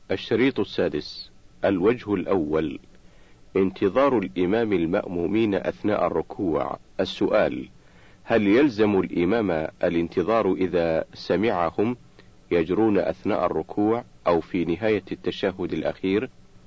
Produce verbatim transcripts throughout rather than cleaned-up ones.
الشريط السادس. الوجه الأول: انتظار الإمام المأمومين أثناء الركوع. السؤال: هل يلزم الإمام الانتظار إذا سمعهم يجرون أثناء الركوع أو في نهاية التشهد الأخير؟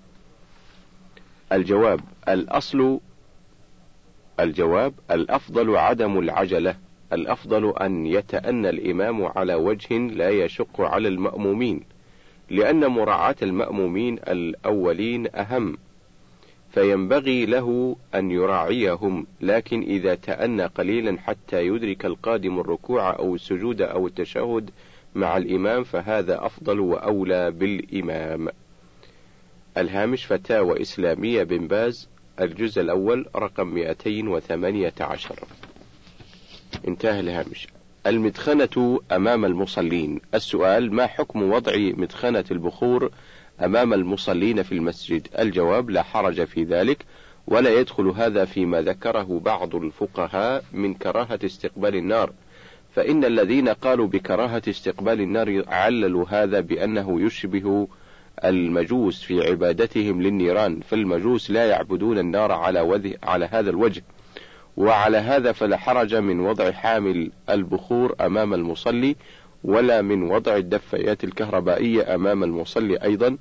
الجواب: الأصل الجواب الأفضل عدم العجلة. الأفضل أن يتأنى الإمام على وجه لا يشق على المأمومين، لأن مراعاة المأمومين الأولين أهم، فينبغي له أن يراعيهم، لكن إذا تأنى قليلا حتى يدرك القادم الركوع أو السجود أو التشهد مع الإمام فهذا أفضل وأولى بالإمام. الهامش: فتاوى إسلامية بن باز، الجزء الأول، رقم مئتين وثمانية عشر. انتهى الهامش. المدخنة أمام المصلين. السؤال: ما حكم وضع مدخنة البخور أمام المصلين في المسجد؟ الجواب: لا حرج في ذلك، ولا يدخل هذا فيما ذكره بعض الفقهاء من كراهة استقبال النار، فإن الذين قالوا بكراهة استقبال النار عللوا هذا بأنه يشبه المجوس في عبادتهم للنيران، فالمجوس لا يعبدون النار على, وذه على هذا الوجه، وعلى هذا فلا حرج من وضع حامل البخور أمام المصلي، ولا من وضع الدفايات الكهربائية أمام المصلي أيضا،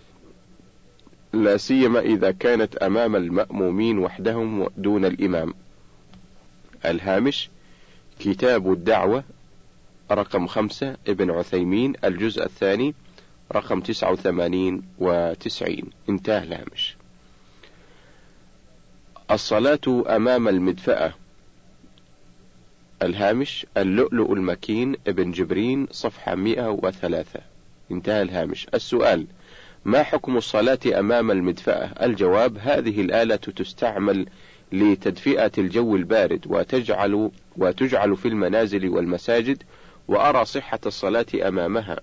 لا سيما إذا كانت أمام المأمومين وحدهم دون الإمام. الهامش: كتاب الدعوة، رقم خمسة، ابن عثيمين، الجزء الثاني، رقم تسعة وثمانين وتسعين. انتهى الهامش. الصلاة أمام المدفأة. الهامش: اللؤلؤ المكين، ابن جبرين، صفحة مئة وثلاثة. انتهى الهامش. السؤال: ما حكم الصلاة أمام المدفأة؟ الجواب: هذه الآلة تستعمل لتدفئة الجو البارد، وتجعل, وتجعل في المنازل والمساجد، وأرى صحة الصلاة أمامها،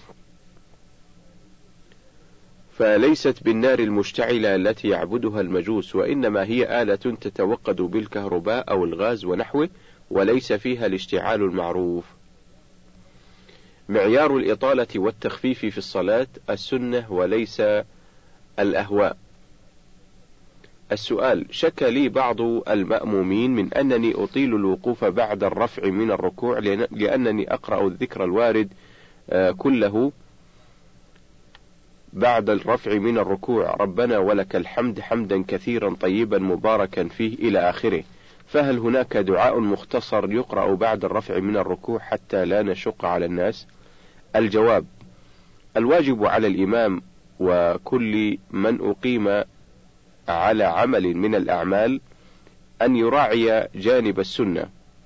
فليست بالنار المشتعلة التي يعبدها المجوس، وإنما هي آلة تتوقد بالكهرباء أو الغاز ونحوه، وليس فيها الاشتعال المعروف. معيار الإطالة والتخفيف في الصلاة السنة وليس الأهواء. السؤال: شكى لي بعض المأمومين من أنني أطيل الوقوف بعد الرفع من الركوع، لأنني أقرأ الذكر الوارد كله بعد الرفع من الركوع، ربنا ولك الحمد حمدا كثيرا طيبا مباركا فيه إلى آخره، فهل هناك دعاء مختصر يقرأ بعد الرفع من الركوع حتى لا نشق على الناس؟ الجواب: الواجب على الإمام وكل من أقيم على عمل من الأعمال أن يراعي جانب السنة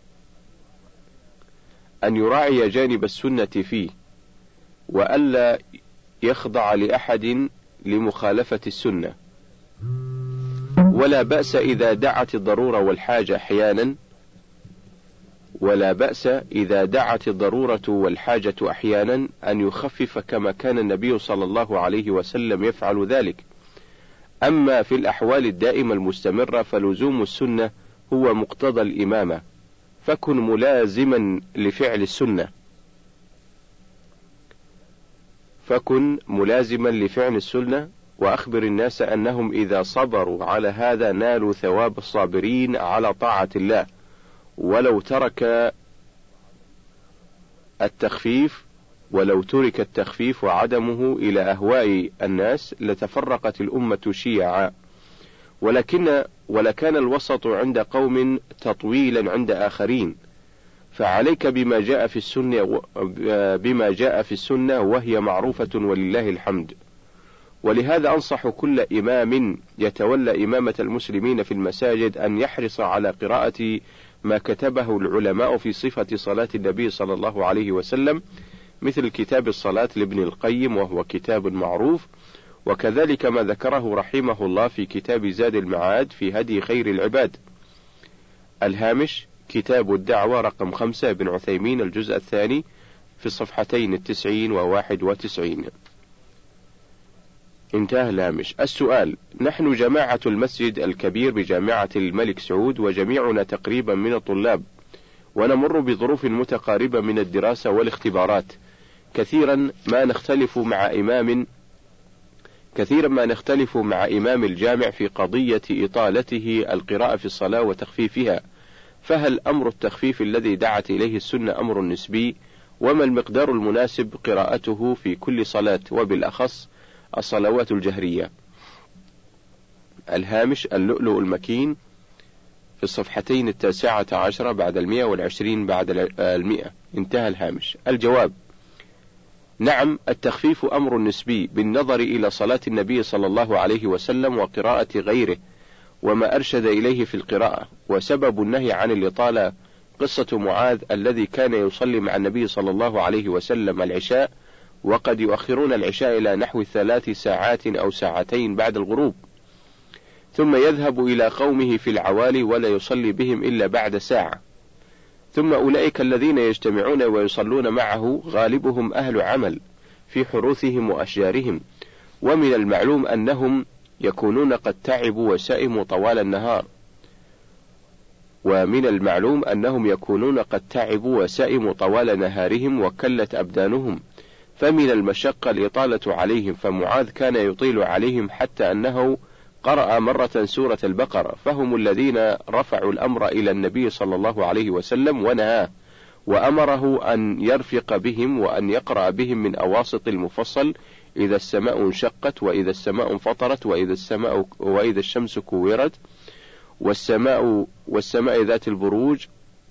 أن يراعي جانب السنة فيه، وألا يخضع لأحد لمخالفة السنة، ولا بأس إذا دعت الضرورة والحاجة أحيانا ولا بأس إذا دعت الضرورة والحاجة أحيانا أن يخفف كما كان النبي صلى الله عليه وسلم يفعل ذلك. أما في الأحوال الدائمة المستمرة فلزوم السنة هو مقتضى الإمامة، فكن ملازما لفعل السنة فكن ملازما لفعل السنة وأخبر الناس أنهم إذا صبروا على هذا نالوا ثواب الصابرين على طاعة الله، ولو ترك التخفيف ولو ترك التخفيف وعدمه إلى أهواء الناس لتفرقت الأمة شيعا، ولكن ولكان الوسط عند قوم تطويلا عند آخرين، فعليك بما جاء في السنة بما جاء في السنة وهي معروفة ولله الحمد. ولهذا أنصح كل إمام يتولى إمامة المسلمين في المساجد أن يحرص على قراءة ما كتبه العلماء في صفة صلاة النبي صلى الله عليه وسلم، مثل كتاب الصلاة لابن القيم وهو كتاب معروف، وكذلك ما ذكره رحمه الله في كتاب زاد المعاد في هدي خير العباد. الهامش: كتاب الدعوة، رقم خمسة، ابن عثيمين، الجزء الثاني، في الصفحتين التسعين وواحد وتسعين. انتهى الهامش. السؤال: نحن جماعة المسجد الكبير بجامعة الملك سعود، وجميعنا تقريبا من الطلاب، ونمر بظروف متقاربة من الدراسة والاختبارات، كثيرا ما نختلف مع إمام كثيرا ما نختلف مع إمام الجامع في قضية إطالته القراءة في الصلاة وتخفيفها، فهل أمر التخفيف الذي دعت إليه السنة أمر نسبي؟ وما المقدار المناسب قراءته في كل صلاة وبالأخص الصلوات الجهرية؟ الهامش اللؤلؤ المكين في الصفحتين التاسعة عشرة بعد المئة والعشرين بعد المئة. انتهى الهامش. الجواب: نعم، التخفيف أمر نسبي بالنظر إلى صلاة النبي صلى الله عليه وسلم وقراءة غيره وما أرشد إليه في القراءة. وسبب النهي عن الإطالة قصة معاذ الذي كان يصلي مع النبي صلى الله عليه وسلم العشاء، وقد يؤخرون العشاء إلى نحو ثلاث ساعات أو ساعتين بعد الغروب، ثم يذهب إلى قومه في العوالي ولا يصلي بهم إلا بعد ساعة. ثم أولئك الذين يجتمعون ويصلون معه غالبهم أهل عمل في حروثهم وأشجارهم، ومن المعلوم أنهم يكونون قد تعبوا وسئموا طوال النهار ومن المعلوم أنهم يكونون قد تعبوا وسئموا طوال نهارهم وكلت أبدانهم، فمن المشقة الإطالة عليهم، فمعاذ كان يطيل عليهم حتى أنه قرأ مرة سورة البقرة، فهم الذين رفعوا الأمر إلى النبي صلى الله عليه وسلم ونهاه، وأمره أن يرفق بهم وأن يقرأ بهم من أواسط المفصل: إذا السماء انشقت، وإذا السماء انفطرت، وإذا السماء وإذا الشمس كورت، والسماء والسماء ذات البروج،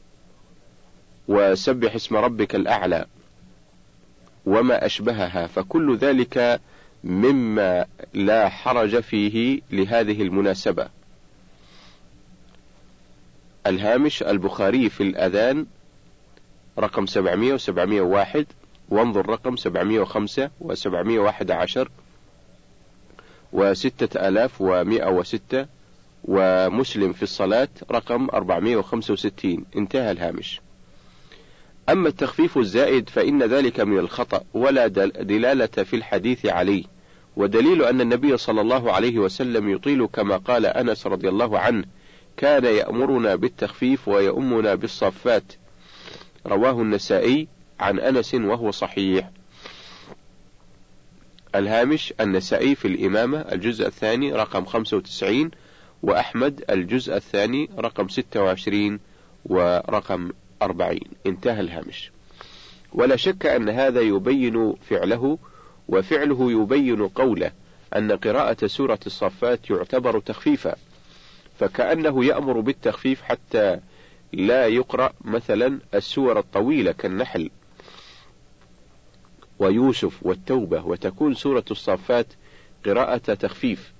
وسبح اسم ربك الأعلى، وما أشبهها، فكل ذلك مما لا حرج فيه لهذه المناسبة. الهامش البخاري في الأذان رقم سبعمئة وسبعمئة وواحد، وانظر رقم سبعمئة وخمسة وسبعمئة وواحد عشر وستة آلاف ومئة وستة، ومسلم في الصلاة رقم أربعمئة وخمسة وستين. انتهى الهامش. أما التخفيف الزائد فإن ذلك من الخطأ ولا دلالة في الحديث عليه، ودليل أن النبي صلى الله عليه وسلم يطيل كما قال أنس رضي الله عنه: كان يأمرنا بالتخفيف ويؤمنا بالصفات، رواه النسائي عن أنس وهو صحيح. الهامش النسائي في الإمامة الجزء الثاني رقم خمسة وتسعين، وأحمد الجزء الثاني رقم ستة وعشرين ورقم أربعين. انتهى الهامش. ولا شك أن هذا يبين فعله، وفعله يبين قوله أن قراءة سورة الصفات يعتبر تخفيفا، فكأنه يأمر بالتخفيف حتى لا يقرأ مثلا السور الطويلة كالنحل ويوسف والتوبة، وتكون سورة الصفات قراءة تخفيف.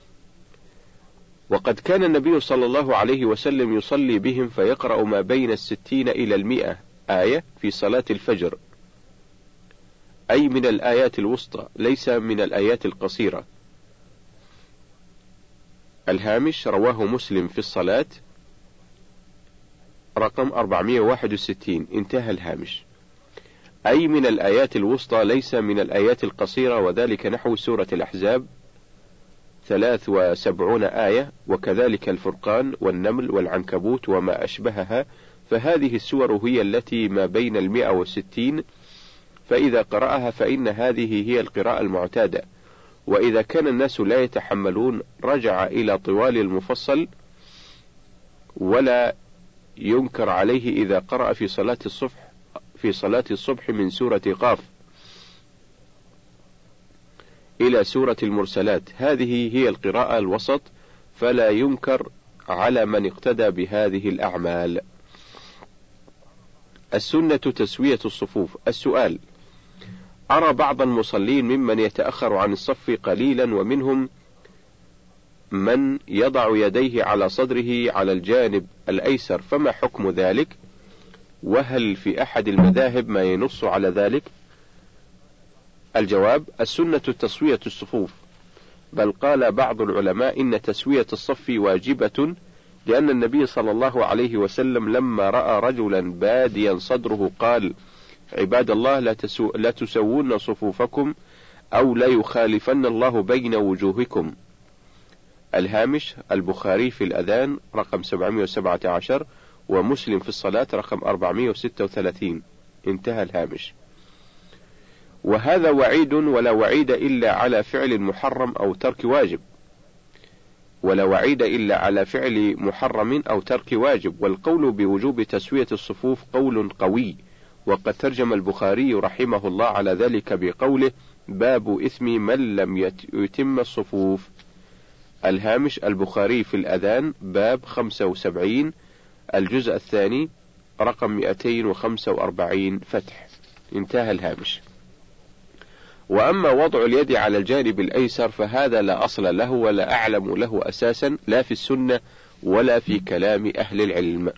وقد كان النبي صلى الله عليه وسلم يصلي بهم فيقرأ ما بين الستين إلى المئة آية في صلاة الفجر، أي من الآيات الوسطى، ليس من الآيات القصيرة. الهامش رواه مسلم في الصلاة رقم أربعمئة وواحد وستين. انتهى الهامش. أي من الآيات الوسطى ليس من الآيات القصيرة، وذلك نحو سورة الأحزاب ثلاث وسبعون آية، وكذلك الفرقان والنمل والعنكبوت وما أشبهها، فهذه السور هي التي ما بين المئة وستين، فإذا قرأها فإن هذه هي القراءة المعتادة. وإذا كان الناس لا يتحملون رجع إلى طوال المفصل، ولا ينكر عليه إذا قرأ في صلاة الصبح في صلاة الصبح من سورة قاف إلى سورة المرسلات، هذه هي القراءة الوسط، فلا ينكر على من اقتدى بهذه الأعمال. السنة تسوية الصفوف. السؤال: أرى بعض المصلين ممن يتأخر عن الصف قليلا، ومنهم من يضع يديه على صدره على الجانب الأيسر، فما حكم ذلك؟ وهل في أحد المذاهب ما ينص على ذلك؟ الجواب: السنة تسوية الصفوف، بل قال بعض العلماء إن تسوية الصف واجبة، لأن النبي صلى الله عليه وسلم لما رأى رجلا باديا صدره قال: عباد الله لا, تسو لا تسوون صفوفكم أو لا يخالفن الله بين وجوهكم. الهامش البخاري في الأذان رقم سبعمئة وسبعة عشر، ومسلم في الصلاة رقم أربعمئة وستة وثلاثين. انتهى الهامش. وهذا وعيد ولا وعيد إلا على فعل محرم أو ترك واجب، ولا وعيد إلا على فعل محرم أو ترك واجب. والقول بوجوب تسوية الصفوف قول قوي، وقد ترجم البخاري رحمه الله على ذلك بقوله: باب إثم من لم يتم الصفوف. الهامش: البخاري في الأذان، باب خمسة وسبعين، الجزء الثاني، رقم مئتين وخمسة وأربعين، فتح. انتهى الهامش. وأما وضع اليد على الجانب الأيسر فهذا لا أصل له ولا أعلم له أساسا، لا في السنة ولا في كلام أهل العلم.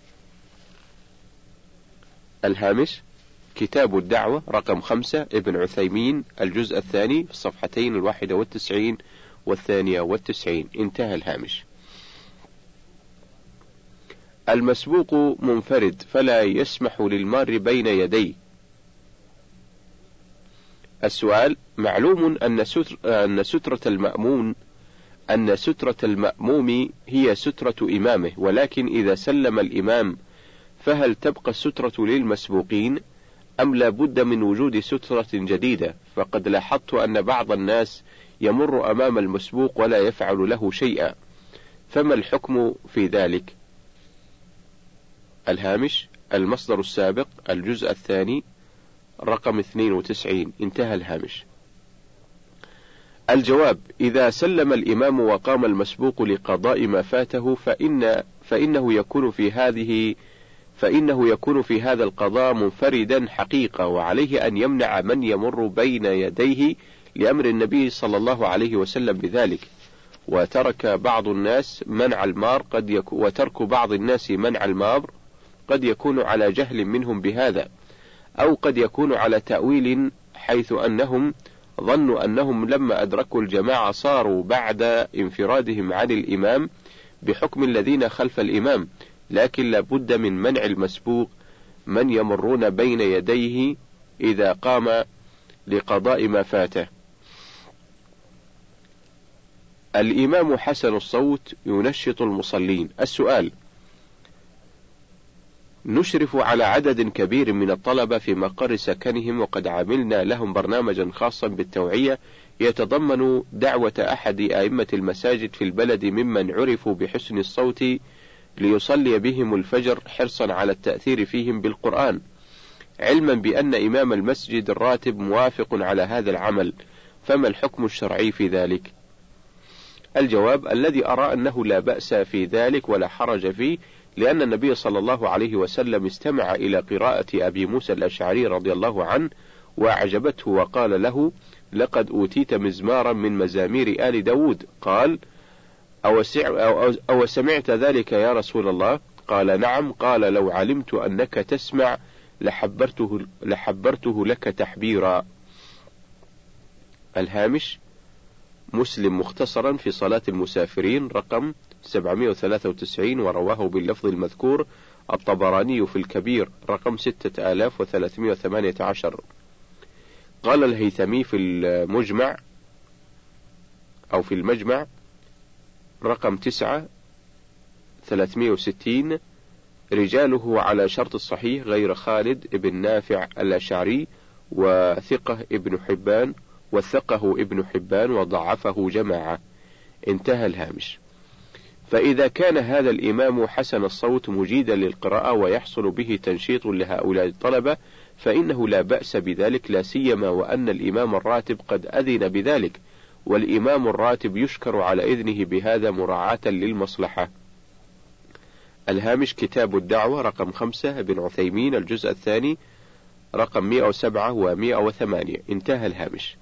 الهامش: كتاب الدعوة رقم خمسة، ابن عثيمين، الجزء الثاني، في الصفحتين الواحدة والتسعين والثانية والتسعين. انتهى الهامش. المسبوق منفرد فلا يسمح للمار بين يديه. السؤال: معلوم أن ستر أن سترة المأمون أن سترة المأموم هي سترة إمامه، ولكن إذا سلم الإمام فهل تبقى السترة للمسبوقين أم لا بد من وجود سترة جديدة؟ فقد لاحظت أن بعض الناس يمر أمام المسبوق ولا يفعل له شيئا، فما الحكم في ذلك؟ الهامش: المصدر السابق، الجزء الثاني، رقم اثنين وتسعين. انتهى الهامش. الجواب: إذا سلم الإمام وقام المسبوق لقضاء ما فاته فإن فإنه يكون في هذه فإنه يكون في هذا القضاء منفردا حقيقة، وعليه أن يمنع من يمر بين يديه لأمر النبي صلى الله عليه وسلم بذلك. وترك بعض الناس منع المار قد يكون وترك بعض الناس منع المار قد يكون على جهل منهم بهذا، أو قد يكون على تأويل، حيث أنهم ظنوا أنهم لما أدركوا الجماعة صاروا بعد انفرادهم عن الإمام بحكم الذين خلف الإمام، لكن لا بد من منع المسبوق من يمرون بين يديه إذا قام لقضاء ما فاته. الإمام حسن الصوت ينشط المصلين. السؤال: نشرف على عدد كبير من الطلبة في مقر سكنهم، وقد عملنا لهم برنامجا خاصا بالتوعية يتضمن دعوة أحد أئمة المساجد في البلد ممن عرفوا بحسن الصوت ليصلي بهم الفجر، حرصا على التأثير فيهم بالقرآن، علما بأن إمام المسجد الراتب موافق على هذا العمل، فما الحكم الشرعي في ذلك؟ الجواب: الذي أرى أنه لا بأس في ذلك ولا حرج فيه، لأن النبي صلى الله عليه وسلم استمع إلى قراءة أبي موسى الأشعري رضي الله عنه وأعجبته، وقال له: لقد أوتيت مزمارا من مزامير آل داود. قال: أو, أو سمعت ذلك يا رسول الله؟ قال: نعم. قال: لو علمت أنك تسمع لحبرته, لحبرته لك تحبيرا. الهامش: مسلم مختصرا في صلاة المسافرين، رقم سبعمائة وثلاثة وتسعين، ورواه باللفظ المذكور الطبراني في الكبير، رقم ستة آلاف وثلاثمائة وثمانية عشر. قال الهيثمي في المجمع أو في المجمع، رقم تسعة ثلاثمائة وستين: رجاله على شرط الصحيح غير خالد ابن نافع الأشعري، وثقه ابن حبان وثقه ابن حبان وضعفه جماعة. انتهى الهامش. فإذا كان هذا الإمام حسن الصوت مجيدا للقراءة ويحصل به تنشيط لهؤلاء الطلبة فإنه لا بأس بذلك، لا سيما وأن الإمام الراتب قد أذن بذلك، والإمام الراتب يشكر على إذنه بهذا مراعاة للمصلحة. الهامش: كتاب الدعوة رقم خمسة، ابن عثيمين، الجزء الثاني، رقم مئة وسبعة ومئة وثمانية. انتهى الهامش.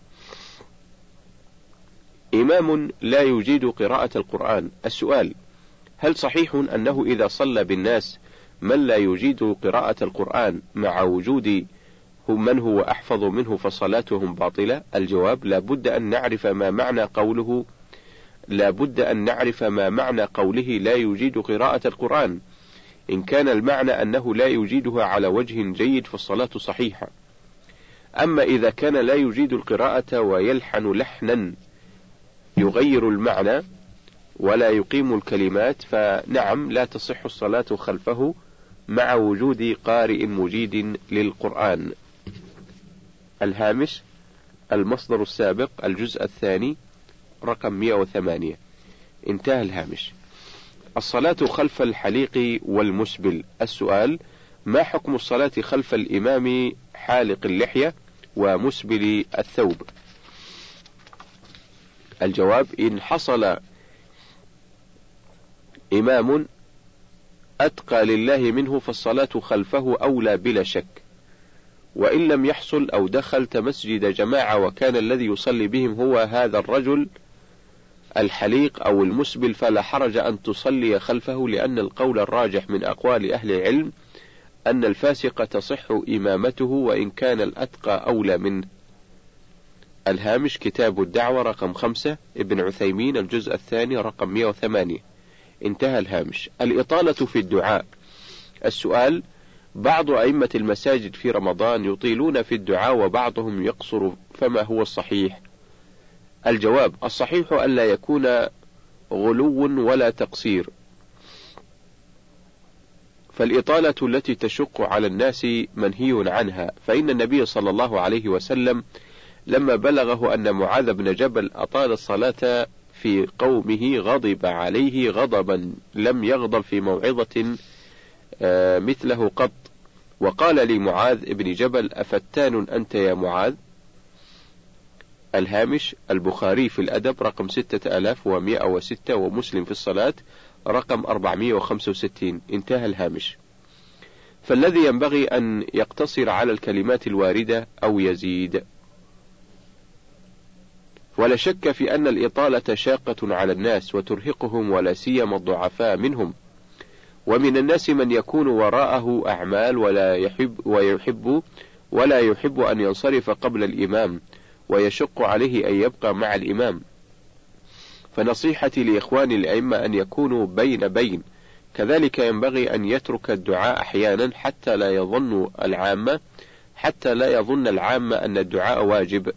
إمام لا يجيد قراءة القرآن. السؤال: هل صحيح أنه إذا صلى بالناس من لا يجيد قراءة القرآن مع وجود من هو أحفظ منه فصلاتهم باطلة؟ الجواب: لا بد أن نعرف ما معنى قوله لا بد أن نعرف ما معنى قوله لا يجيد قراءة القرآن. إن كان المعنى أنه لا يجيدها على وجه جيد فالصلاة صحيحة، أما إذا كان لا يجيد القراءة ويلحن لحنا يغير المعنى ولا يقيم الكلمات فنعم لا تصح الصلاة خلفه مع وجود قارئ مجيد للقرآن. الهامش المصدر السابق الجزء الثاني رقم مئة وثمانية. انتهى الهامش. الصلاة خلف الحليق والمسبل. السؤال: ما حكم الصلاة خلف الإمام حالق اللحية ومسبل الثوب؟ الجواب: إن حصل إمام أتقى لله منه فالصلاة خلفه أولى بلا شك، وإن لم يحصل أو دخلت مسجد جماعة وكان الذي يصلي بهم هو هذا الرجل الحليق أو المسبل فلا حرج أن تصلي خلفه، لأن القول الراجح من أقوال أهل العلم أن الفاسق تصح إمامته وإن كان الأتقى أولى منه. الهامش كتاب الدعوة رقم خمسة ابن عثيمين الجزء الثاني رقم مئة وثمانية. انتهى الهامش. الإطالة في الدعاء. السؤال: بعض أئمة المساجد في رمضان يطيلون في الدعاء وبعضهم يقصر، فما هو الصحيح؟ الجواب: الصحيح ألا يكون غلو ولا تقصير، فالإطالة التي تشق على الناس منهي عنها، فإن النبي صلى الله عليه وسلم لما بلغه أن معاذ بن جبل أطال الصلاة في قومه غضب عليه غضبا لم يغضب في موعظة مثله قط، وقال لمعاذ بن جبل: أفتان أنت يا معاذ؟ الهامش البخاري في الأدب رقم ستة آلاف ومئة وستة ومسلم في الصلاة رقم أربعمئة وخمسة وستين. انتهى الهامش. فالذي ينبغي أن يقتصر على الكلمات الواردة أو يزيد. ولا شك في أن الإطالة شاقة على الناس وترهقهم ولا سيما الضعفاء منهم، ومن الناس من يكون وراءه أعمال ولا يحب ويحب ولا يحب أن ينصرف قبل الإمام ويشق عليه أن يبقى مع الإمام. فنصيحتي لإخواني الأئمة أن يكونوا بين بين، كذلك ينبغي أن يترك الدعاء أحيانا حتى لا يظن العامة حتى لا يظن العامة أن الدعاء واجب.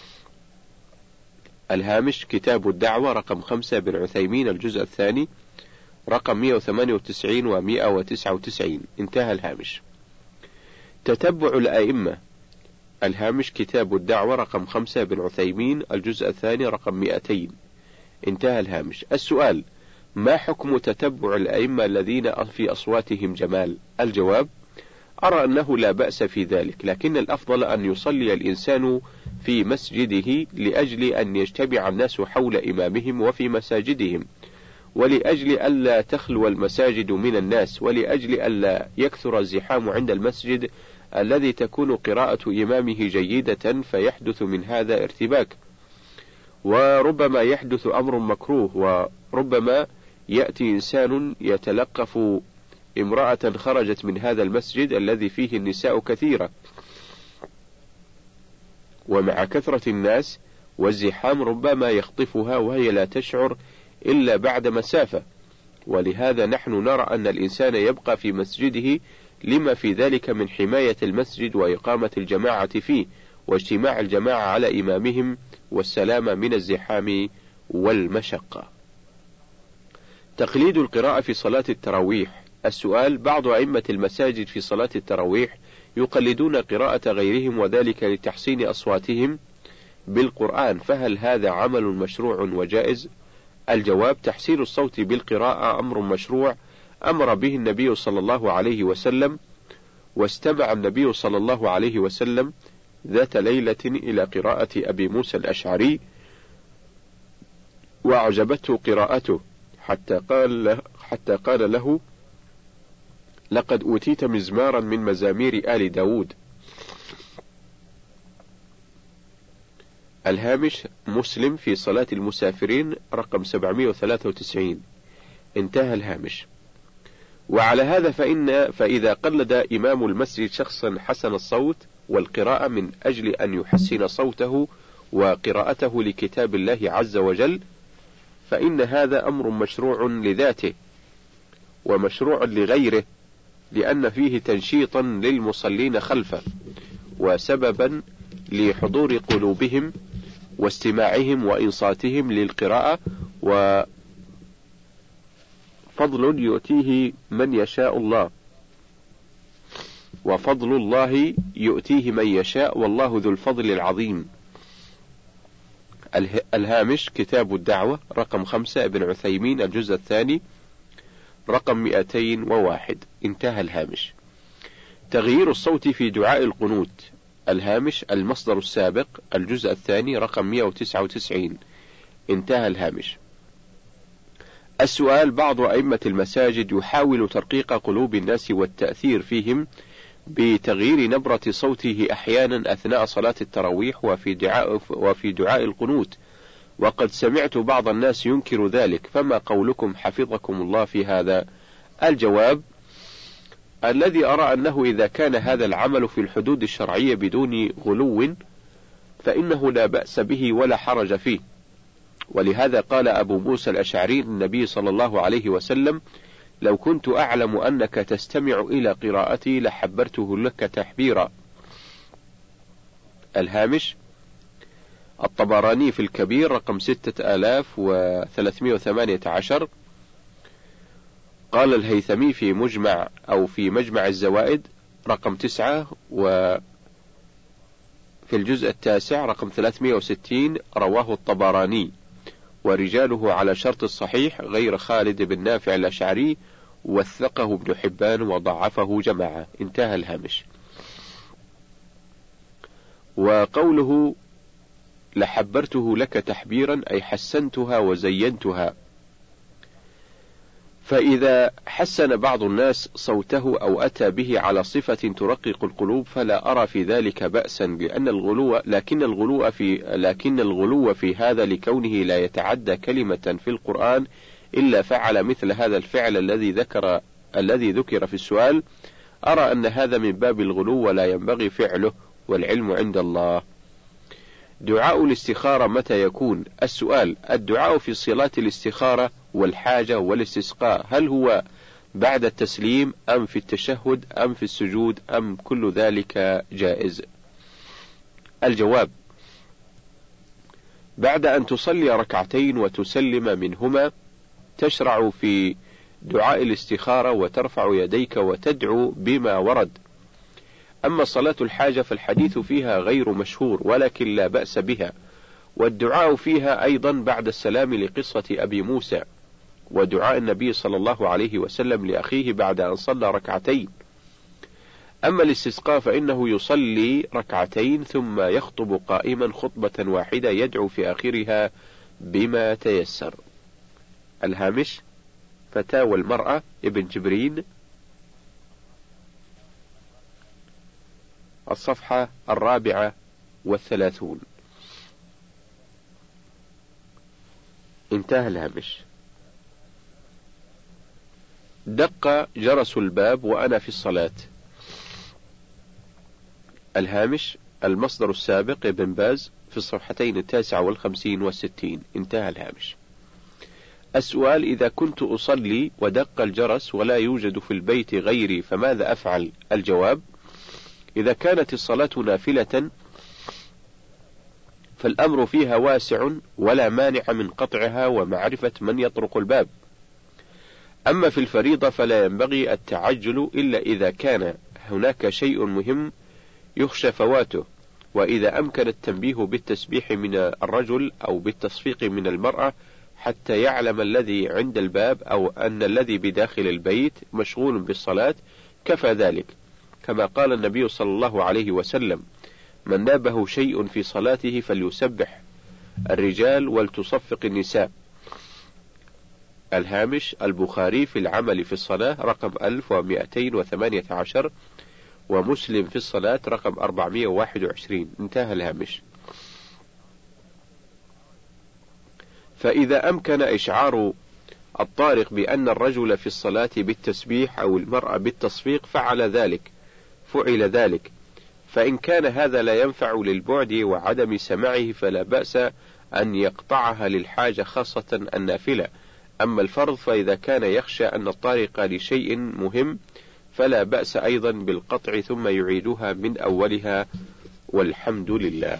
الهامش كتاب الدعوة رقم خمسة بن عثيمين الجزء الثاني رقم مئة وثمانية وتسعين ومئة وتسعة وتسعين. انتهى الهامش. تتبع الأئمة. الهامش كتاب الدعوة رقم خمسة بن عثيمين الجزء الثاني رقم مئتين. انتهى الهامش. السؤال: ما حكم تتبع الأئمة الذين في أصواتهم جمال؟ الجواب: أرى أنه لا بأس في ذلك، لكن الأفضل أن يصلي الإنسان في مسجده لأجل أن يجتمع الناس حول إمامهم وفي مساجدهم، ولأجل ألا تخلو المساجد من الناس، ولأجل ألا يكثر الزحام عند المسجد الذي تكون قراءة إمامه جيدة فيحدث من هذا ارتباك، وربما يحدث أمر مكروه، وربما يأتي إنسان يتلقف امرأة خرجت من هذا المسجد الذي فيه النساء كثيرة، ومع كثرة الناس والزحام ربما يخطفها وهي لا تشعر إلا بعد مسافة. ولهذا نحن نرى أن الإنسان يبقى في مسجده لما في ذلك من حماية المسجد وإقامة الجماعة فيه واجتماع الجماعة على إمامهم والسلامة من الزحام والمشقة. تقليد القراءة في صلاة التراويح. السؤال: بعض أئمة المساجد في صلاة التراويح يقلدون قراءة غيرهم وذلك لتحسين أصواتهم بالقرآن، فهل هذا عمل مشروع وجائز؟ الجواب: تحسين الصوت بالقراءة أمر مشروع أمر به النبي صلى الله عليه وسلم، واستمع النبي صلى الله عليه وسلم ذات ليلة إلى قراءة أبي موسى الأشعري وأعجبته قراءته حتى قال له, حتى قال له: لقد أوتيت مزمارا من مزامير آل داود. الهامش مسلم في صلاة المسافرين رقم سبعمئة وثلاثة وتسعين. انتهى الهامش. وعلى هذا فإن فإذا قلد إمام المسجد شخصا حسن الصوت والقراءة من أجل أن يحسن صوته وقراءته لكتاب الله عز وجل، فإن هذا أمر مشروع لذاته ومشروع لغيره، لأن فيه تنشيطا للمصلين خلفه وسببا لحضور قلوبهم واستماعهم وإنصاتهم للقراءة، وفضل يؤتيه من يشاء الله. وفضل الله يؤتيه من يشاء والله ذو الفضل العظيم. الهامش كتاب الدعوة رقم خمسة ابن عثيمين الجزء الثاني رقم مئتين وواحد. انتهى الهامش. تغيير الصوت في دعاء القنوت. الهامش المصدر السابق الجزء الثاني رقم مئة وتسعة وتسعين. انتهى الهامش. السؤال: بعض أئمة المساجد يحاول ترقيق قلوب الناس والتأثير فيهم بتغيير نبرة صوته أحيانا أثناء صلاة التراويح وفي دعاء, وفي دعاء القنوت، وقد سمعت بعض الناس ينكر ذلك، فما قولكم حفظكم الله في هذا؟ الجواب: الذي أرى أنه إذا كان هذا العمل في الحدود الشرعية بدون غلو فإنه لا بأس به ولا حرج فيه، ولهذا قال أبو موسى الأشعري للنبي صلى الله عليه وسلم: لو كنت أعلم أنك تستمع إلى قراءتي لحبرته لك تحبيرا. الهامش الطبراني في الكبير رقم ستة آلاف وثلاثمائة وثمانية عشر. قال الهيثمي في مجمع أو في مجمع الزوائد رقم تسعة، وفي الجزء التاسع رقم ثلاثمائة وستين رواه الطبراني ورجاله على شرط الصحيح غير خالد بن نافع الأشعري، وثقه ابن حبان وضعفه جماعة. انتهى الهامش. وقوله لحبرته لك تحبيرا أي حسنتها وزينتها، فإذا حسن بعض الناس صوته أو أتى به على صفة ترقق القلوب فلا أرى في ذلك بأسا، لأن الغلو لكن الغلو في لكن الغلو في هذا لكونه لا يتعدى كلمة في القرآن إلا فعل مثل هذا الفعل الذي ذكر الذي ذكر في السؤال. أرى أن هذا من باب الغلو ولا ينبغي فعله، والعلم عند الله. دعاء الاستخارة متى يكون؟ السؤال: الدعاء في صلاة الاستخارة والحاجة والاستسقاء هل هو بعد التسليم أم في التشهد أم في السجود أم كل ذلك جائز؟ الجواب: بعد أن تصلي ركعتين وتسلم منهما تشرع في دعاء الاستخارة وترفع يديك وتدعو بما ورد. أما صلاة الحاجة فالحديث فيها غير مشهور ولكن لا بأس بها، والدعاء فيها أيضا بعد السلام لقصة أبي موسى، ودعاء النبي صلى الله عليه وسلم لأخيه بعد أن صلى ركعتين. أما الاستسقاء فإنه يصلي ركعتين ثم يخطب قائما خطبة واحدة يدعو في آخرها بما تيسر. الهامش فتاوى المرأة ابن جبرين الصفحة الرابعة والثلاثون. انتهى الهامش. دق جرس الباب وأنا في الصلاة. الهامش المصدر السابق ابن باز في الصفحتين التاسعة والخمسين والستين. انتهى الهامش. السؤال: إذا كنت أصلي ودق الجرس ولا يوجد في البيت غيري فماذا أفعل؟ الجواب: إذا كانت الصلاة نافلة فالأمر فيها واسع ولا مانع من قطعها ومعرفة من يطرق الباب. أما في الفريضة فلا ينبغي التعجل إلا إذا كان هناك شيء مهم يخشى فواته، وإذا أمكن التنبيه بالتسبيح من الرجل أو بالتصفيق من المرأة حتى يعلم الذي عند الباب أو أن الذي بداخل البيت مشغول بالصلاة كفى ذلك، كما قال النبي صلى الله عليه وسلم: من نابه شيء في صلاته فليسبح الرجال ولتصفق النساء. الهامش البخاري في العمل في الصلاة رقم ألف ومئتين وثمانية عشر، ومسلم في الصلاة رقم أربعمائة وواحد وعشرين. انتهى الهامش. فإذا أمكن إشعار الطارق بأن الرجل في الصلاة بالتسبيح أو المرأة بالتصفيق فعل ذلك فعل ذلك فإن كان هذا لا ينفع للبعد وعدم سماعه فلا بأس أن يقطعها للحاجة خاصة النافلة. أما الفرض فإذا كان يخشى أن الطارق لشيء مهم فلا بأس أيضا بالقطع ثم يعيدها من أولها، والحمد لله.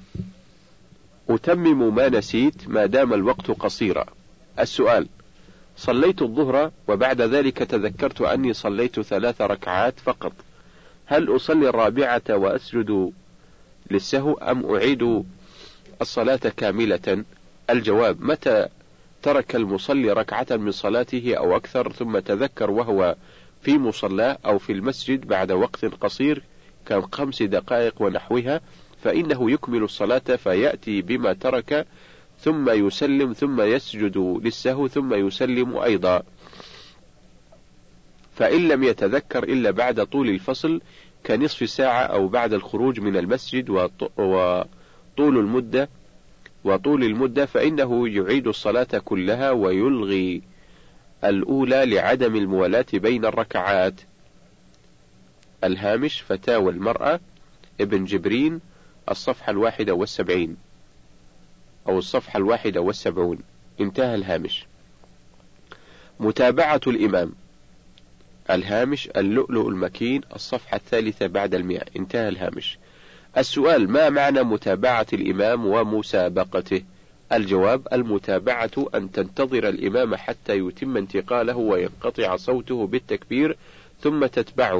أتمم ما نسيت ما دام الوقت قصيرا. السؤال: صليت الظهر وبعد ذلك تذكرت أني صليت ثلاث ركعات فقط، هل أصلي الرابعة وأسجد للسهو أم أعيد الصلاة كاملة؟ الجواب: متى ترك المصلي ركعة من صلاته أو أكثر ثم تذكر وهو في مصلاه أو في المسجد بعد وقت قصير كخمس دقائق ونحوها، فإنه يكمل الصلاة فيأتي بما ترك ثم يسلم ثم يسجد للسهو ثم يسلم أيضا. فإن لم يتذكر إلا بعد طول الفصل كنصف ساعة أو بعد الخروج من المسجد وطول المدة وطول المدة فإنه يعيد الصلاة كلها ويلغي الأولى لعدم الموالاة بين الركعات. الهامش: فتاوى المرأة، ابن جبرين، الصفحة الواحدة والسبعين أو الصفحة الواحدة والسبعون. انتهى الهامش. متابعة الإمام. الهامش: اللؤلؤ المكين، الصفحة الثالثة بعد المئة. انتهى الهامش. السؤال: ما معنى متابعة الإمام ومسابقته؟ الجواب: المتابعة أن تنتظر الإمام حتى يتم انتقاله وينقطع صوته بالتكبير ثم تتبعه،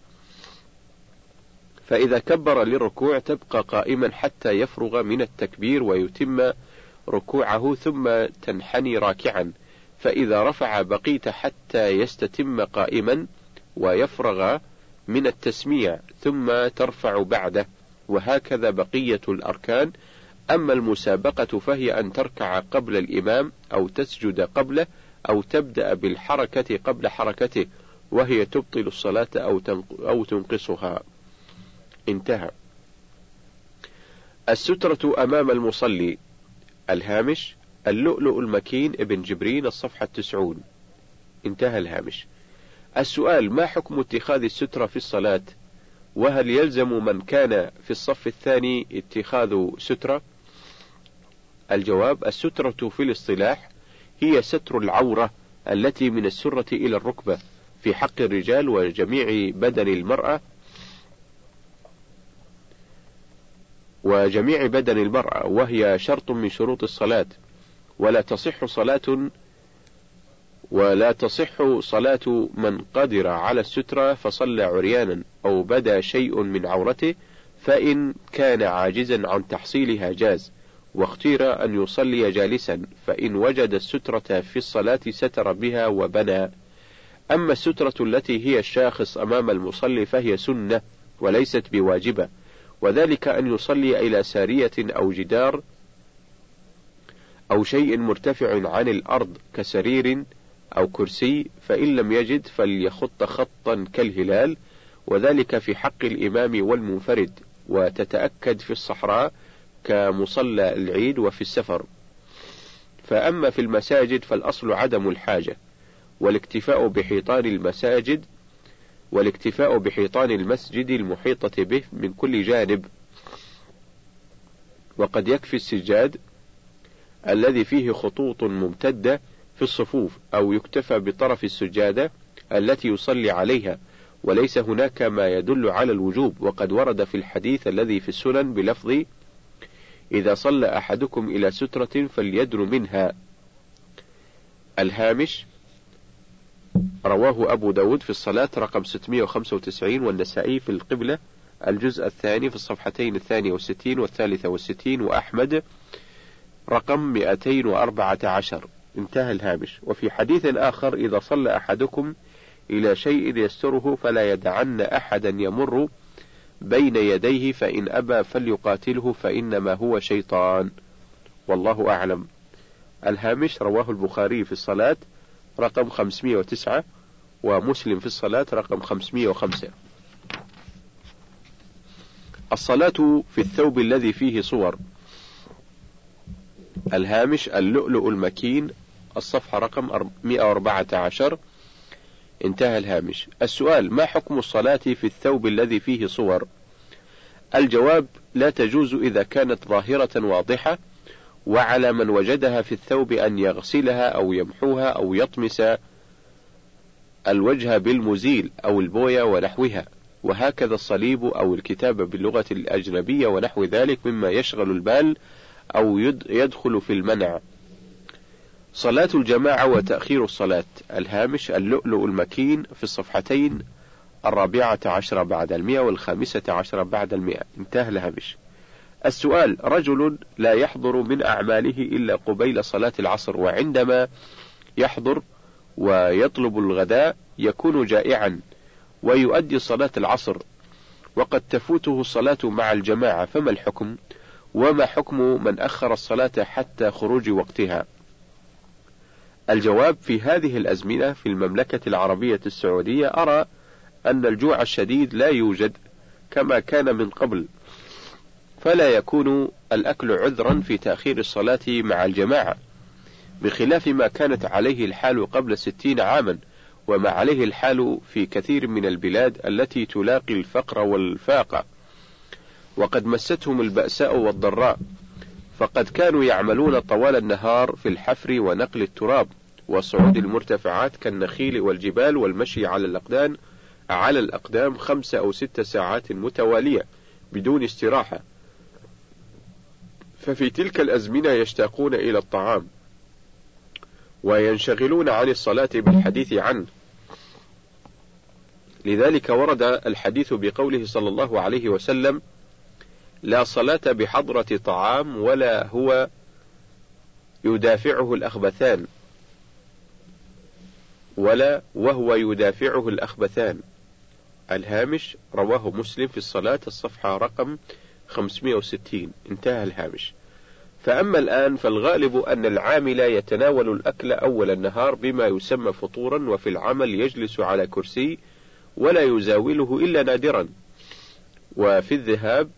فإذا كبر للركوع تبقى قائما حتى يفرغ من التكبير ويتم ركوعه ثم تنحني راكعا، فإذا رفع بقيت حتى يستتم قائما ويفرغ من التسميع ثم ترفع بعده، وهكذا بقية الأركان. أما المسابقة فهي أن تركع قبل الإمام أو تسجد قبله أو تبدأ بالحركة قبل حركته، وهي تبطل الصلاة أو تنقصها. انتهى. السترة أمام المصلي. الهامش: اللؤلؤ المكين، ابن جبرين، الصفحة التسعون. انتهى الهامش. السؤال: ما حكم اتخاذ السترة في الصلاة؟ وهل يلزم من كان في الصف الثاني اتخاذ سترة؟ الجواب: السترة في الاصطلاح هي ستر العورة التي من السرة إلى الركبة في حق الرجال وجميع بدن المرأة وجميع بدن المرأة، وهي شرط من شروط الصلاة، ولا تصح صلاة ولا تصح صلاة من قدر على السترة فصلى عريانا أو بدا شيء من عورته، فإن كان عاجزا عن تحصيلها جاز، واختير أن يصلي جالسا، فإن وجد السترة في الصلاة ستر بها وبنى. أما السترة التي هي الشاخص أمام المصلي فهي سنة وليست بواجبة، وذلك أن يصلي إلى سارية أو جدار أو شيء مرتفع عن الأرض كسرير أو كرسي، فإن لم يجد فليخط خطا كالهلال، وذلك في حق الإمام والمنفرد، وتتأكد في الصحراء كمصلى العيد وفي السفر. فأما في المساجد فالأصل عدم الحاجة، والاكتفاء بحيطان المساجد والاكتفاء بحيطان المسجد المحيطة به من كل جانب، وقد يكفي السجاد الذي فيه خطوط ممتدة في الصفوف، أو يكتفى بطرف السجادة التي يصلي عليها، وليس هناك ما يدل على الوجوب. وقد ورد في الحديث الذي في السنن بلفظ: إذا صلى أحدكم إلى سترة فليدن منها. الهامش: رواه أبو داود في الصلاة رقم ستمائة وخمسة وتسعين، والنسائي في القبلة الجزء الثاني في الصفحتين الثانية والستين والثالثة والستين، وأحمد رقم مئتين وأربعة عشر. انتهى الهامش. وفي حديث آخر: إذا صلى أحدكم إلى شيء يستره فلا يدعن أحدا يمر بين يديه، فإن أبى فليقاتله فإنما هو شيطان، والله أعلم. الهامش: رواه البخاري في الصلاة رقم خمسمائة وتسعة، ومسلم في الصلاة رقم خمسمائة وخمسة. الصلاة في الثوب الذي فيه صور. الهامش: اللؤلؤ المكين، الصفحة رقم مئة وأربعة عشر. انتهى الهامش. السؤال: ما حكم الصلاة في الثوب الذي فيه صور؟ الجواب: لا تجوز إذا كانت ظاهرة واضحة، وعلى من وجدها في الثوب أن يغسلها أو يمحوها أو يطمس الوجه بالمزيل أو البوية ونحوها، وهكذا الصليب أو الكتابة باللغة الأجنبية ونحو ذلك مما يشغل البال أو يدخل في المنع. صلاة الجماعة وتأخير الصلاة. الهامش: اللؤلؤ المكين في الصفحتين الرابعة عشر بعد المئة والخامسة عشر بعد المئة. انتهى الهامش. السؤال: رجل لا يحضر من أعماله إلا قبيل صلاة العصر، وعندما يحضر ويطلب الغداء يكون جائعا ويؤدي صلاة العصر، وقد تفوته الصلاة مع الجماعة، فما الحكم؟ وما حكم من أخر الصلاة حتى خروج وقتها؟ الجواب: في هذه الأزمنة في المملكة العربية السعودية أرى أن الجوع الشديد لا يوجد كما كان من قبل، فلا يكون الأكل عذرا في تأخير الصلاة مع الجماعة، بخلاف ما كانت عليه الحال قبل ستين عاما، وما عليه الحال في كثير من البلاد التي تلاقي الفقر والفاقة، وقد مستهم البأساء والضراء، فقد كانوا يعملون طوال النهار في الحفر ونقل التراب وصعود المرتفعات كالنخيل والجبال والمشي على الأقدام على الأقدام خمس أو ست ساعات متوالية بدون استراحة، ففي تلك الأزمنة يشتاقون إلى الطعام وينشغلون عن الصلاة بالحديث عنه. لذلك ورد الحديث بقوله صلى الله عليه وسلم: لا صلاة بحضرة طعام ولا هو يدافعه الأخبثان ولا وهو يدافعه الأخبثان. الهامش: رواه مسلم في الصلاة الصفحة رقم خمسمئة وستين. انتهى الهامش. فأما الآن فالغالب أن العامل يتناول الأكل أول النهار بما يسمى فطورا، وفي العمل يجلس على كرسي ولا يزاوله إلا نادرا، وفي الذهاب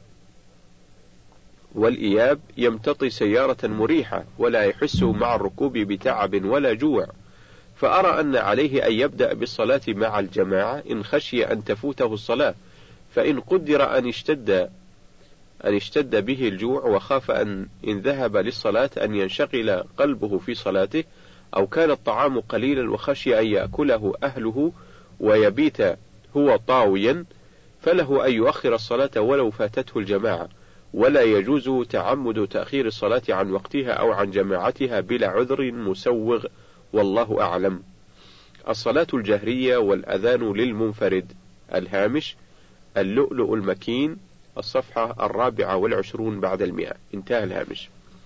والإياب يمتطي سيارة مريحة ولا يحس مع الركوب بتعب ولا جوع، فأرى أن عليه أن يبدأ بالصلاة مع الجماعة إن خشي أن تفوته الصلاة، فإن قدر أن اشتد أن اشتد به الجوع وخاف أن إن ذهب للصلاة أن ينشغل قلبه في صلاته، أو كان الطعام قليلا وخشي أن يأكله أهله ويبيت هو طاويا، فله أن يؤخر الصلاة ولو فاتته الجماعة، ولا يجوز تعمد تأخير الصلاة عن وقتها أو عن جماعتها بلا عذر مسوغ، والله أعلم. الصلاة الجهرية والأذان للمنفرد. الهامش: اللؤلؤ المكين الصفحة الرابعة والعشرون بعد المئة. انتهى الهامش.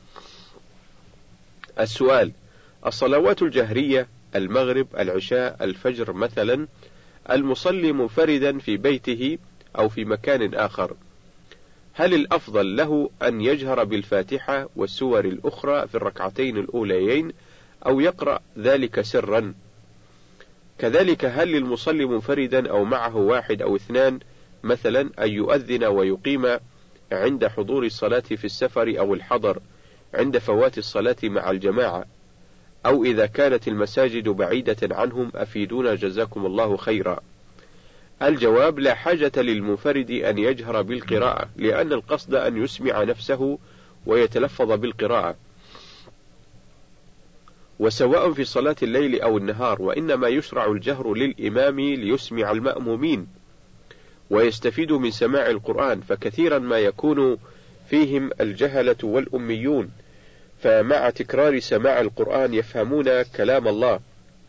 السؤال: الصلوات الجهرية المغرب العشاء الفجر مثلا، المصلي منفردا في بيته أو في مكان آخر، هل الأفضل له أن يجهر بالفاتحة والسور الأخرى في الركعتين الأوليين أو يقرأ ذلك سرا؟ كذلك هل للمصلي منفردا أو معه واحد أو اثنان مثلا أن يؤذن ويقيم عند حضور الصلاة في السفر أو الحضر عند فوات الصلاة مع الجماعة، أو إذا كانت المساجد بعيدة عنهم أفيدونا جزاكم الله خيرا. الجواب: لا حاجة للمنفرد أن يجهر بالقراءة، لأن القصد أن يسمع نفسه ويتلفظ بالقراءة، وسواء في صلاة الليل أو النهار، وإنما يشرع الجهر للإمام ليسمع المأمومين ويستفيد من سماع القرآن، فكثيرا ما يكون فيهم الجهلة والأميون، فمع تكرار سماع القرآن يفهمون كلام الله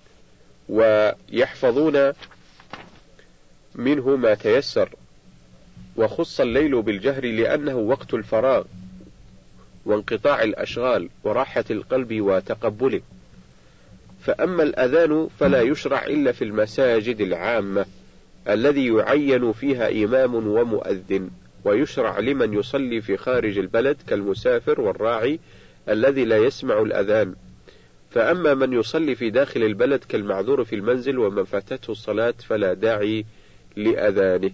ويحفظون منه ما تيسر. وخص الليل بالجهر لأنه وقت الفراغ وانقطاع الأشغال وراحة القلب وتقبله. فأما الأذان فلا يشرع إلا في المساجد العامة الذي يعين فيها إمام ومؤذن، ويشرع لمن يصلي في خارج البلد كالمسافر والراعي الذي لا يسمع الأذان. فأما من يصلي في داخل البلد كالمعذور في المنزل ومن فاتته الصلاة فلا داعي لأذانه.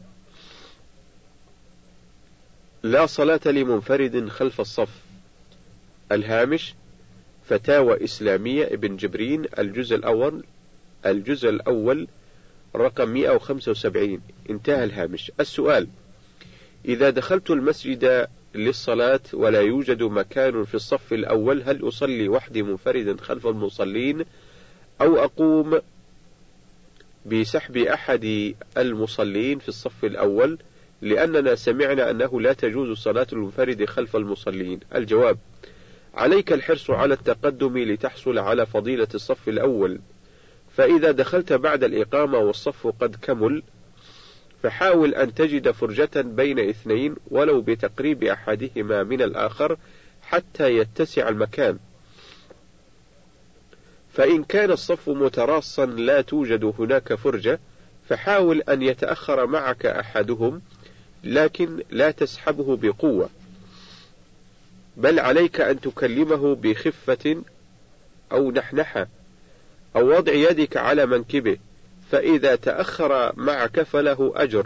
لا صلاة لمنفرد خلف الصف. الهامش: فتاوى إسلامية ابن جبرين الجزء الأول الجزء الأول رقم مئة وخمسة وسبعين. انتهى الهامش. السؤال: إذا دخلت المسجد للصلاة ولا يوجد مكان في الصف الأول، هل أصلي وحدي منفردا خلف المصلين أو أقوم بسحب أحد المصلين في الصف الأول، لأننا سمعنا أنه لا تجوز صلاة المنفرد خلف المصلين؟ الجواب: عليك الحرص على التقدم لتحصل على فضيلة الصف الأول، فإذا دخلت بعد الإقامة والصف قد كمل فحاول أن تجد فرجة بين اثنين ولو بتقريب أحدهما من الآخر حتى يتسع المكان، فإن كان الصف متراصا لا توجد هناك فرجة فحاول أن يتأخر معك أحدهم، لكن لا تسحبه بقوة، بل عليك أن تكلمه بخفة أو نحنحة أو وضع يدك على منكبه، فإذا تأخر معك فله أجر.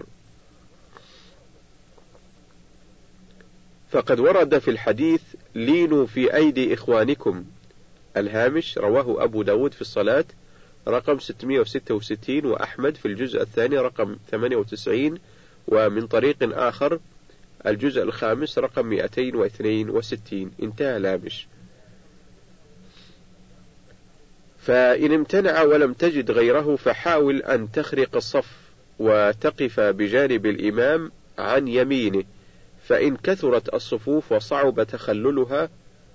فقد ورد في الحديث لينوا في أيدي إخوانكم. الهامش رواه أبو داود في الصلاة رقم ستمائة وستة وستين، وأحمد في الجزء الثاني رقم ثمانية وتسعين، ومن طريق آخر الجزء الخامس رقم مئتين واثنين وستين. انتهى الهامش. فإن امتنع ولم تجد غيره فحاول أن تخرق الصف وتقف بجانب الإمام عن يمينه، فإن كثرت الصفوف وصعب تخللها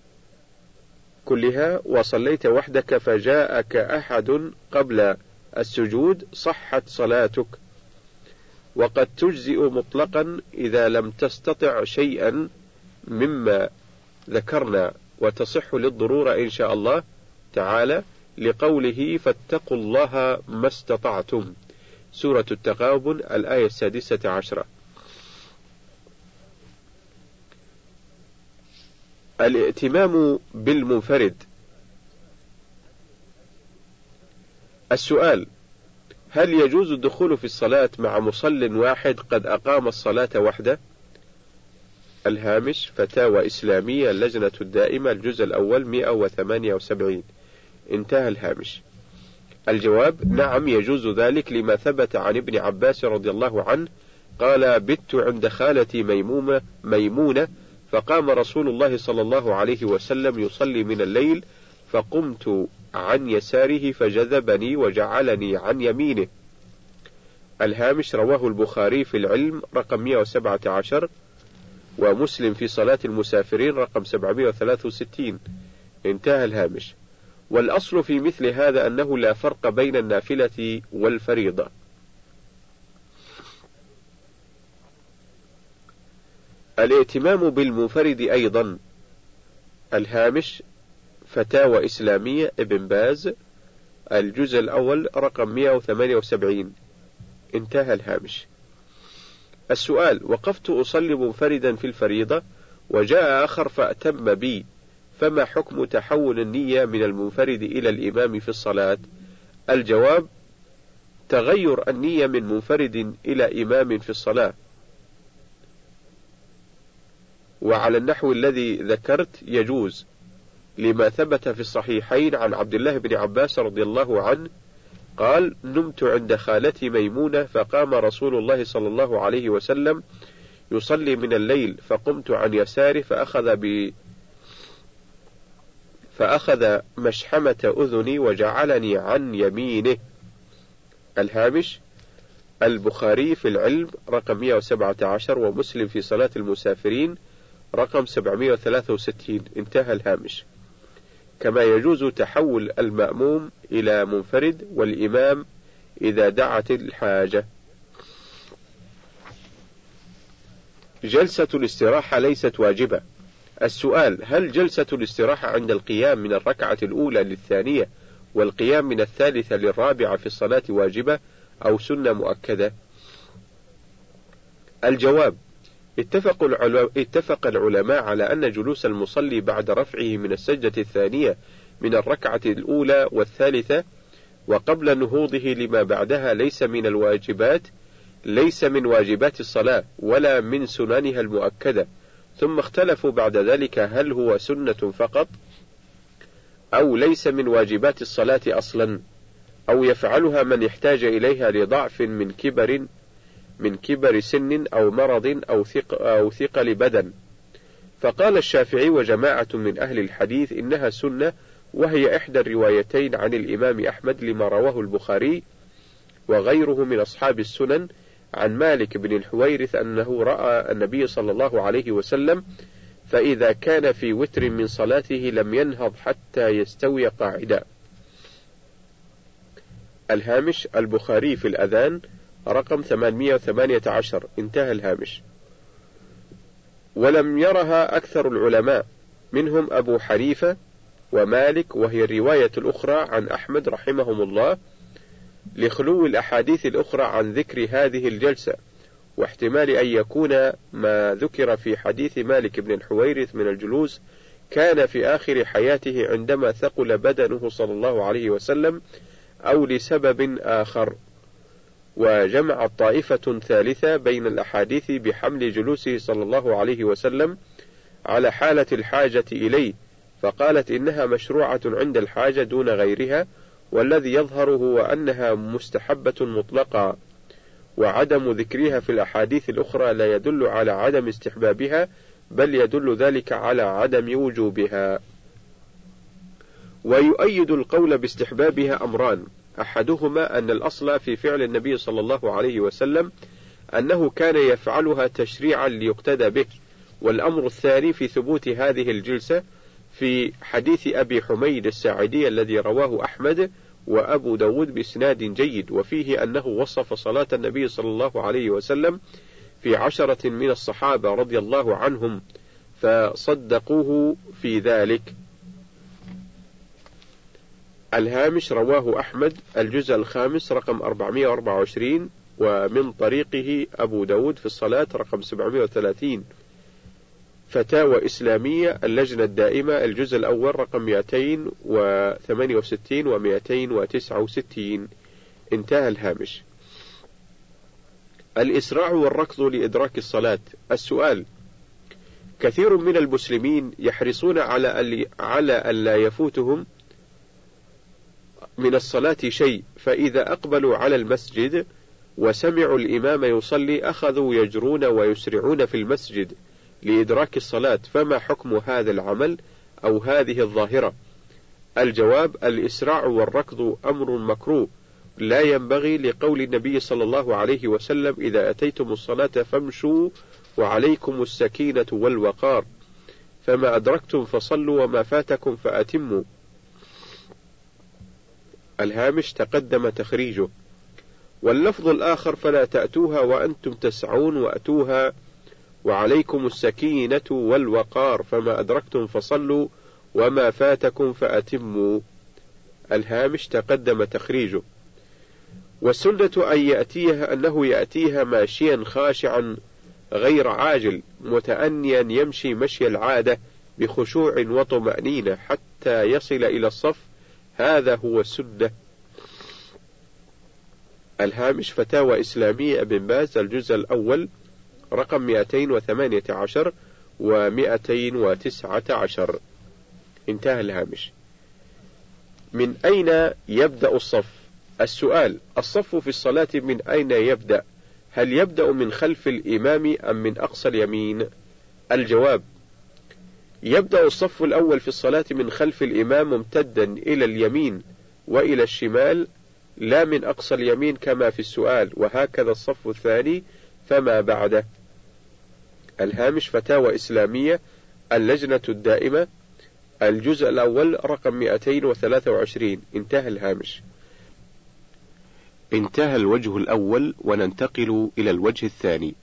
كلها وصليت وحدك فجاءك أحد قبل السجود صحت صلاتك، وقد تجزئ مطلقا إذا لم تستطع شيئا مما ذكرنا، وتصح للضرورة إن شاء الله تعالى، لقوله فاتقوا الله ما استطعتم، سورة التغابن الآية السادسة عشرة. الائتمام بالمنفرد. السؤال: هل يجوز الدخول في الصلاة مع مصل واحد قد أقام الصلاة وحده؟ الهامش فتاوى إسلامية اللجنة الدائمة الجزء الأول مئة وثمانية وسبعين. انتهى الهامش. الجواب: نعم يجوز ذلك، لما ثبت عن ابن عباس رضي الله عنه قال: بت عند خالتي ميمونة ميمونة فقام رسول الله صلى الله عليه وسلم يصلي من الليل فقمت عن يساره فجذبني وجعلني عن يمينه. الهامش رواه البخاري في العلم رقم مئة وسبعة عشر، ومسلم في صلاة المسافرين رقم سبعمائة وثلاثة وستين. انتهى الهامش. والأصل في مثل هذا أنه لا فرق بين النافلة والفريضة. الائتمام بالمنفرد أيضا. الهامش فتاوى إسلامية ابن باز الجزء الأول رقم مئة وثمانية وسبعين. انتهى الهامش. السؤال: وقفت أصلي منفردا في الفريضة وجاء آخر فأتم بي، فما حكم تحول النية من المنفرد إلى الإمام في الصلاة؟ الجواب: تغير النية من منفرد إلى إمام في الصلاة وعلى النحو الذي ذكرت يجوز، لما ثبت في الصحيحين عن عبد الله بن عباس رضي الله عنه قال: نمت عند خالتي ميمونة فقام رسول الله صلى الله عليه وسلم يصلي من الليل فقمت عن يساره فأخذ ب فأخذ مشحمة أذني وجعلني عن يمينه. الهامش البخاري في العلم رقم مئة وسبعة عشر، ومسلم في صلاة المسافرين رقم سبعمائة وثلاثة وستين. انتهى الهامش. كما يجوز تحول المأموم إلى منفرد والإمام إذا دعت الحاجة. جلسة الاستراحة ليست واجبة. السؤال: هل جلسة الاستراحة عند القيام من الركعة الأولى للثانية والقيام من الثالثة للرابعة في الصلاة واجبة أو سنة مؤكدة؟ الجواب: اتفق العلماء, اتفق العلماء على أن جلوس المصلي بعد رفعه من السجدة الثانية من الركعة الأولى والثالثة وقبل نهوضه لما بعدها ليس من الواجبات ليس من واجبات الصلاة ولا من سننها المؤكدة، ثم اختلفوا بعد ذلك هل هو سنة فقط أو ليس من واجبات الصلاة أصلا، أو يفعلها من يحتاج إليها لضعف من كبر من كبر سن أو مرض أو ثق أو ثقل بدن. فقال الشافعي وجماعة من أهل الحديث إنها سنة، وهي إحدى الروايتين عن الإمام أحمد لما رواه البخاري وغيره من أصحاب السنن عن مالك بن الحويرث أنه رأى النبي صلى الله عليه وسلم فإذا كان في وتر من صلاته لم ينهض حتى يستوي قاعدا. الهامش: البخاري في الأذان رقم ثمانمائة وثمانية عشر. انتهى الهامش. ولم يرها أكثر العلماء، منهم أبو حنيفة ومالك، وهي الرواية الأخرى عن أحمد رحمهم الله، لخلو الأحاديث الأخرى عن ذكر هذه الجلسة، واحتمال أن يكون ما ذكر في حديث مالك بن الحويرث من الجلوس كان في آخر حياته عندما ثقل بدنه صلى الله عليه وسلم، أو لسبب آخر. وجمع طائفة ثالثة بين الأحاديث بحمل جلوسه صلى الله عليه وسلم على حالة الحاجة إليه، فقالت إنها مشروعة عند الحاجة دون غيرها، والذي يظهر هو أنها مستحبة مطلقة، وعدم ذكرها في الأحاديث الأخرى لا يدل على عدم استحبابها، بل يدل ذلك على عدم وجوبها. ويؤيد القول باستحبابها أمران: أحدهما أن الأصل في فعل النبي صلى الله عليه وسلم أنه كان يفعلها تشريعا ليقتدى به، والأمر الثاني في ثبوت هذه الجلسة في حديث أبي حميد الساعدي الذي رواه أحمد وأبو داود بإسناد جيد، وفيه أنه وصف صلاة النبي صلى الله عليه وسلم في عشرة من الصحابة رضي الله عنهم فصدقوه في ذلك. الهامش: رواه أحمد الجزء الخامس رقم أربعمائة وأربعة وعشرين، ومن طريقه أبو داود في الصلاة رقم سبعمائة وثلاثين. فتاوى إسلامية اللجنة الدائمة الجزء الأول رقم مئتين وثمانية وستين ومئتين وتسعة وستين. انتهى الهامش. الإسراع والركض لإدراك الصلاة. السؤال: كثير من المسلمين يحرصون على على ألا يفوتهم من الصلاة شيء، فإذا أقبلوا على المسجد وسمعوا الإمام يصلي أخذوا يجرون ويسرعون في المسجد لإدراك الصلاة، فما حكم هذا العمل أو هذه الظاهرة؟ الجواب: الإسراع والركض أمر مكروه لا ينبغي، لقول النبي صلى الله عليه وسلم: إذا أتيتم الصلاة فامشوا وعليكم السكينة والوقار، فما أدركتم فصلوا وما فاتكم فأتموا. الهامش: تقدم تخريجه. واللفظ الآخر: فلا تأتوها وأنتم تسعون وأتوها وعليكم السكينة والوقار، فما أدركتم فصلوا وما فاتكم فأتموا. الهامش: تقدم تخريجه. والسنة أن يأتيها أنه يأتيها ماشيا خاشعا غير عاجل، متأنيا يمشي مشي العادة بخشوع وطمأنينة حتى يصل إلى الصف، هذا هو السنة. الهامش: فتاوى إسلامية ابن باز الجزء الأول رقم مئتين وثمانية عشر ومئتين وتسعة عشر. انتهى الهامش. من أين يبدأ الصف؟ السؤال: الصف في الصلاة من أين يبدأ؟ هل يبدأ من خلف الإمام أم من أقصى اليمين؟ الجواب: يبدأ الصف الأول في الصلاة من خلف الإمام ممتدا إلى اليمين وإلى الشمال، لا من أقصى اليمين كما في السؤال، وهكذا الصف الثاني فما بعده. الهامش: فتاوى إسلامية اللجنة الدائمة الجزء الأول رقم مئتين وثلاثة وعشرين. انتهى الهامش. انتهى الوجه الأول، وننتقل إلى الوجه الثاني.